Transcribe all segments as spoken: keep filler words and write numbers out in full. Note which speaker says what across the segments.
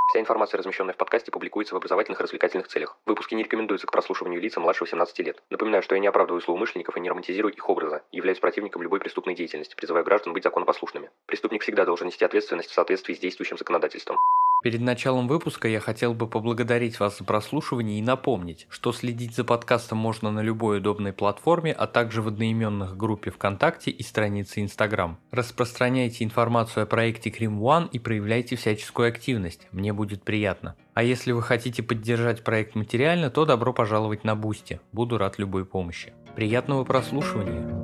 Speaker 1: Вся информация, размещенная в подкасте, публикуется в образовательных и развлекательных целях. Выпуски не рекомендуются к прослушиванию лицам младше восемнадцати лет. Напоминаю, что я не оправдываю злоумышленников и не романтизирую их образа, являюсь противником любой преступной деятельности, призываю граждан быть законопослушными. Преступник всегда должен нести ответственность в соответствии с действующим законодательством.
Speaker 2: Перед началом выпуска я хотел бы поблагодарить вас за прослушивание и напомнить, что следить за подкастом можно на любой удобной платформе, а также в одноименных группе ВКонтакте и странице Инстаграм. Распространяйте информацию о проекте Крим One и проявляйте всяческую активность, мне будет приятно. А если вы хотите поддержать проект материально, то добро пожаловать на Бусти, буду рад любой помощи. Приятного прослушивания!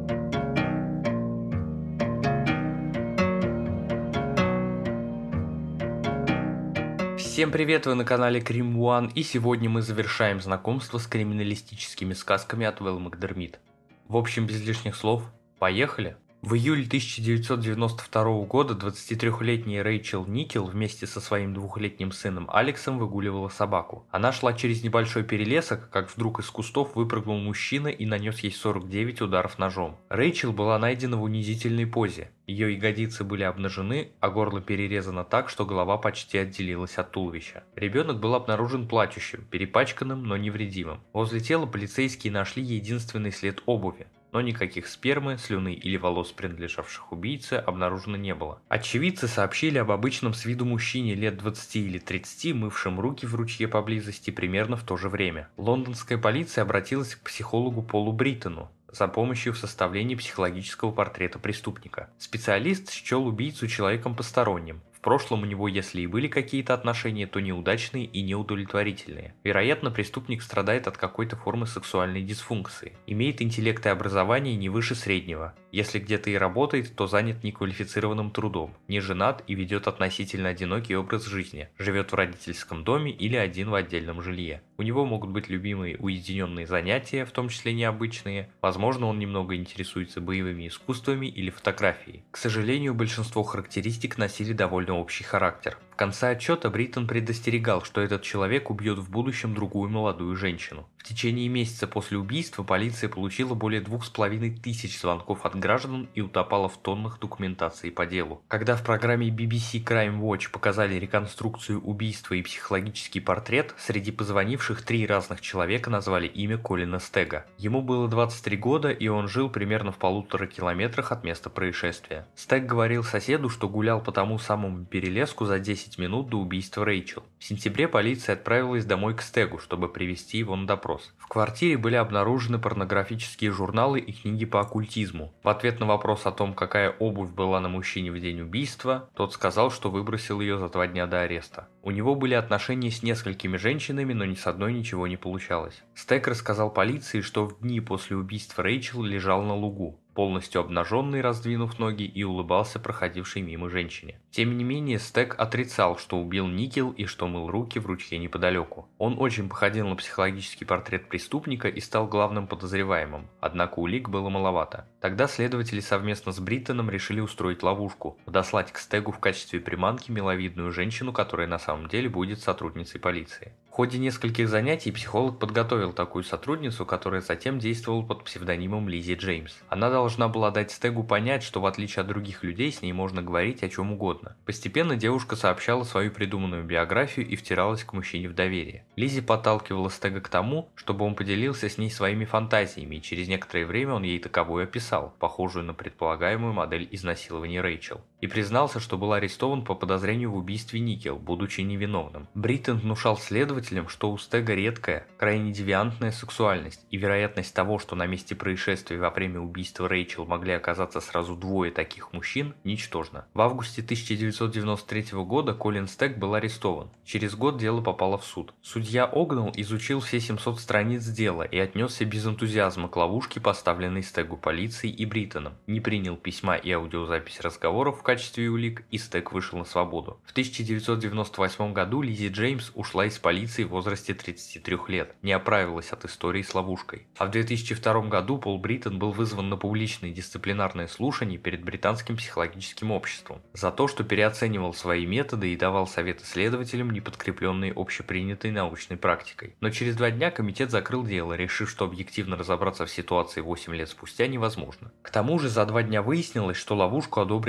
Speaker 2: Всем привет, вы на канале Крим One, и сегодня мы завершаем знакомство с криминалистическими сказками от Вэл Макдермит. В общем, без лишних слов, поехали! В июле тысяча девятьсот девяносто второго года двадцатитрёхлетняя Рэйчел Никел вместе со своим двухлетним сыном Алексом выгуливала собаку. Она шла через небольшой перелесок, как вдруг из кустов выпрыгнул мужчина и нанес ей сорок девять ударов ножом. Рэйчел была найдена в унизительной позе. Ее ягодицы были обнажены, а горло перерезано так, что голова почти отделилась от туловища. Ребенок был обнаружен плачущим, перепачканным, но невредимым. Возле тела полицейские нашли единственный след обуви. Но никаких спермы, слюны или волос, принадлежавших убийце, обнаружено не было. Очевидцы сообщили об обычном с виду мужчине лет двадцати или тридцати, мывшем руки в ручье поблизости примерно в то же время. Лондонская полиция обратилась к психологу Полу Бриттону за помощью в составлении психологического портрета преступника. Специалист счел убийцу человеком посторонним. В прошлом у него, если и были какие-то отношения, то неудачные и неудовлетворительные. Вероятно, преступник страдает от какой-то формы сексуальной дисфункции. Имеет интеллект и образование не выше среднего. Если где-то и работает, то занят неквалифицированным трудом. Не женат и ведет относительно одинокий образ жизни. Живет в родительском доме или один в отдельном жилье. У него могут быть любимые уединенные занятия, в том числе необычные. Возможно, он немного интересуется боевыми искусствами или фотографией. К сожалению, большинство характеристик носили довольно общий характер. В конце отчета Бриттон предостерегал, что этот человек убьет в будущем другую молодую женщину. В течение месяца после убийства полиция получила более двух с половиной тысяч звонков от граждан и утопала в тоннах документации по делу. Когда в программе би би си Crime Watch показали реконструкцию убийства и психологический портрет, среди позвонивших три разных человека назвали имя Колина Стега. Ему было двадцать три года, и он жил примерно в полутора километрах от места происшествия. Стег говорил соседу, что гулял по тому самому перелеску за десять минут до убийства Рэйчел. В сентябре полиция отправилась домой к Стегу, чтобы привести его на допрос. В квартире были обнаружены порнографические журналы и книги по оккультизму. В ответ на вопрос о том, какая обувь была на мужчине в день убийства, тот сказал, что выбросил ее за два дня до ареста. У него были отношения с несколькими женщинами, но ни с одной ничего не получалось. Стег рассказал полиции, что в дни после убийства Рэйчел лежал на лугу, полностью обнаженный, раздвинув ноги, и улыбался проходившей мимо женщине. Тем не менее, Стег отрицал, что убил Никел и что мыл руки в ручье неподалеку. Он очень походил на психологический портрет преступника и стал главным подозреваемым, однако улик было маловато. Тогда следователи совместно с Бриттоном решили устроить ловушку, подослать к Стегу в качестве приманки миловидную женщину, которая на самом деле будет сотрудницей полиции. В ходе нескольких занятий психолог подготовил такую сотрудницу, которая затем действовала под псевдонимом Лиззи Джеймс. Она должна была дать Стегу понять, что в отличие от других людей с ней можно говорить о чем угодно. Постепенно девушка сообщала свою придуманную биографию и втиралась к мужчине в доверие. Лиззи подталкивала Стега к тому, чтобы он поделился с ней своими фантазиями, и через некоторое время он ей таковую описал, похожую на предполагаемую модель изнасилования Рэйчел. И признался, что был арестован по подозрению в убийстве Никел, будучи невиновным. Бриттон внушал следователям, что у Стега редкая, крайне девиантная сексуальность, и вероятность того, что на месте происшествия во время убийства Рэйчел могли оказаться сразу двое таких мужчин, ничтожна. В августе тысяча девятьсот девяносто третьего года Колин Стег был арестован. Через год дело попало в суд. Судья Огнелл изучил все семьсот страниц дела и отнесся без энтузиазма к ловушке, поставленной Стегу полицией и Бриттоном. Не принял письма и аудиозапись разговоров в качестве улик, и Стег вышел на свободу. В тысяча девятьсот девяносто восьмом году Лиззи Джеймс ушла из полиции в возрасте тридцати трёх лет, не оправилась от истории с ловушкой. А в две тысячи втором году Пол Бриттон был вызван на публичное дисциплинарное слушание перед британским психологическим обществом за то, что переоценивал свои методы и давал советы следователям, не подкрепленные общепринятой научной практикой. Но через два дня комитет закрыл дело, решив, что объективно разобраться в ситуации восемь лет спустя невозможно. К тому же за два дня выяснилось, что ловушку одобрили самые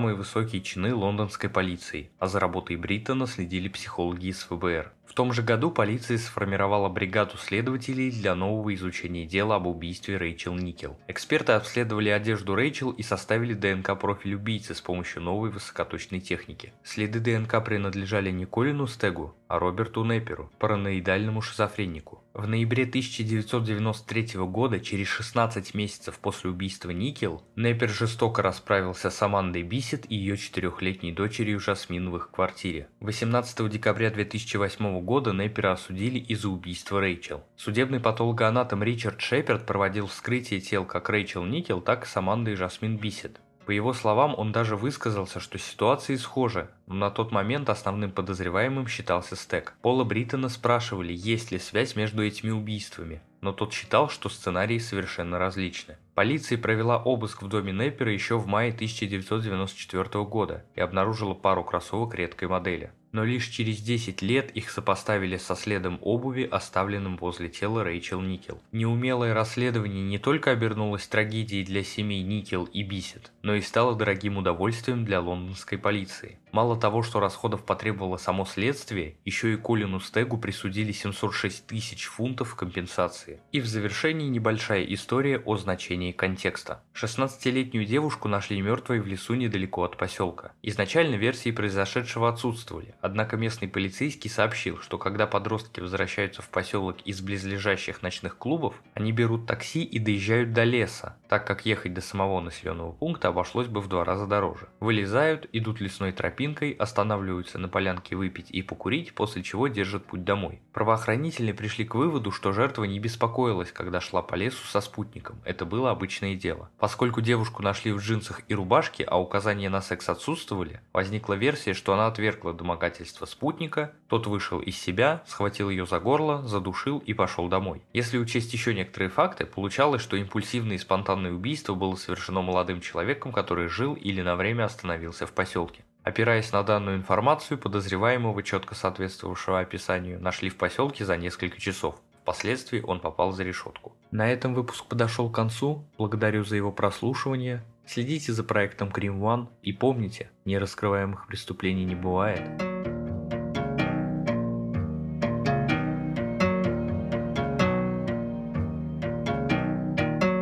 Speaker 2: самые высокие чины лондонской полиции, а за работой Бриттона следили психологи из эф бэ эр. В том же году полиция сформировала бригаду следователей для нового изучения дела об убийстве Рэйчел Никел. Эксперты обследовали одежду Рэйчел и составили дэ эн ка-профиль убийцы с помощью новой высокоточной техники. Следы дэ эн ка принадлежали не Колину Стегу, а Роберту Непперу, параноидальному шизофренику. В ноябре тысяча девятьсот девяносто третьего года, через шестнадцать месяцев после убийства Никел, Неппер жестоко расправился с Амандой Бисет и ее четырехлетней дочерью Жасмин в их квартире. восемнадцатого декабря две тысячи восьмого года Неппера осудили из-за убийства Рэйчел. Судебный патологоанатом Ричард Шеперд проводил вскрытие тел как Рэйчел Никел, так и с Амандой Жасмин Бисет. По его словам, он даже высказался, что ситуации схожи, но на тот момент основным подозреваемым считался Стэг. Пола Бриттона спрашивали, есть ли связь между этими убийствами, но тот считал, что сценарии совершенно различны. Полиция провела обыск в доме Неппера еще в мае тысяча девятьсот девяносто четвёртого года и обнаружила пару кроссовок редкой модели. Но лишь через десять лет их сопоставили со следом обуви, оставленным возле тела Рэйчел Никел. Неумелое расследование не только обернулось трагедией для семей Никел и Бисет, но и стало дорогим удовольствием для лондонской полиции. Мало того, что расходов потребовало само следствие, еще и Колину Стегу присудили семьсот шесть тысяч фунтов компенсации. И в завершении небольшая история о значении контекста. шестнадцатилетнюю девушку нашли мертвой в лесу недалеко от поселка. Изначально версии произошедшего отсутствовали, однако местный полицейский сообщил, что когда подростки возвращаются в поселок из близлежащих ночных клубов, они берут такси и доезжают до леса, так как ехать до самого населенного пункта обошлось бы в два раза дороже. Вылезают, идут лесной тропинкой, останавливаются на полянке выпить и покурить, после чего держат путь домой. Правоохранители пришли к выводу, что жертва не беспокоилась, когда шла по лесу со спутником, это было обычное дело. Поскольку девушку нашли в джинсах и рубашке, а указания на секс отсутствовали, возникла версия, что она отвергла домогательство спутника, тот вышел из себя, схватил ее за горло, задушил и пошел домой. Если учесть еще некоторые факты, получалось, что импульсивное и спонтанное убийство было совершено молодым человеком, который жил или на время остановился в поселке. Опираясь на данную информацию, подозреваемого, четко соответствовавшего описанию, нашли в поселке за несколько часов. Впоследствии он попал за решетку. На этом выпуск подошел к концу. Благодарю за его прослушивание. Следите за проектом Крим One и помните, нераскрываемых преступлений не бывает.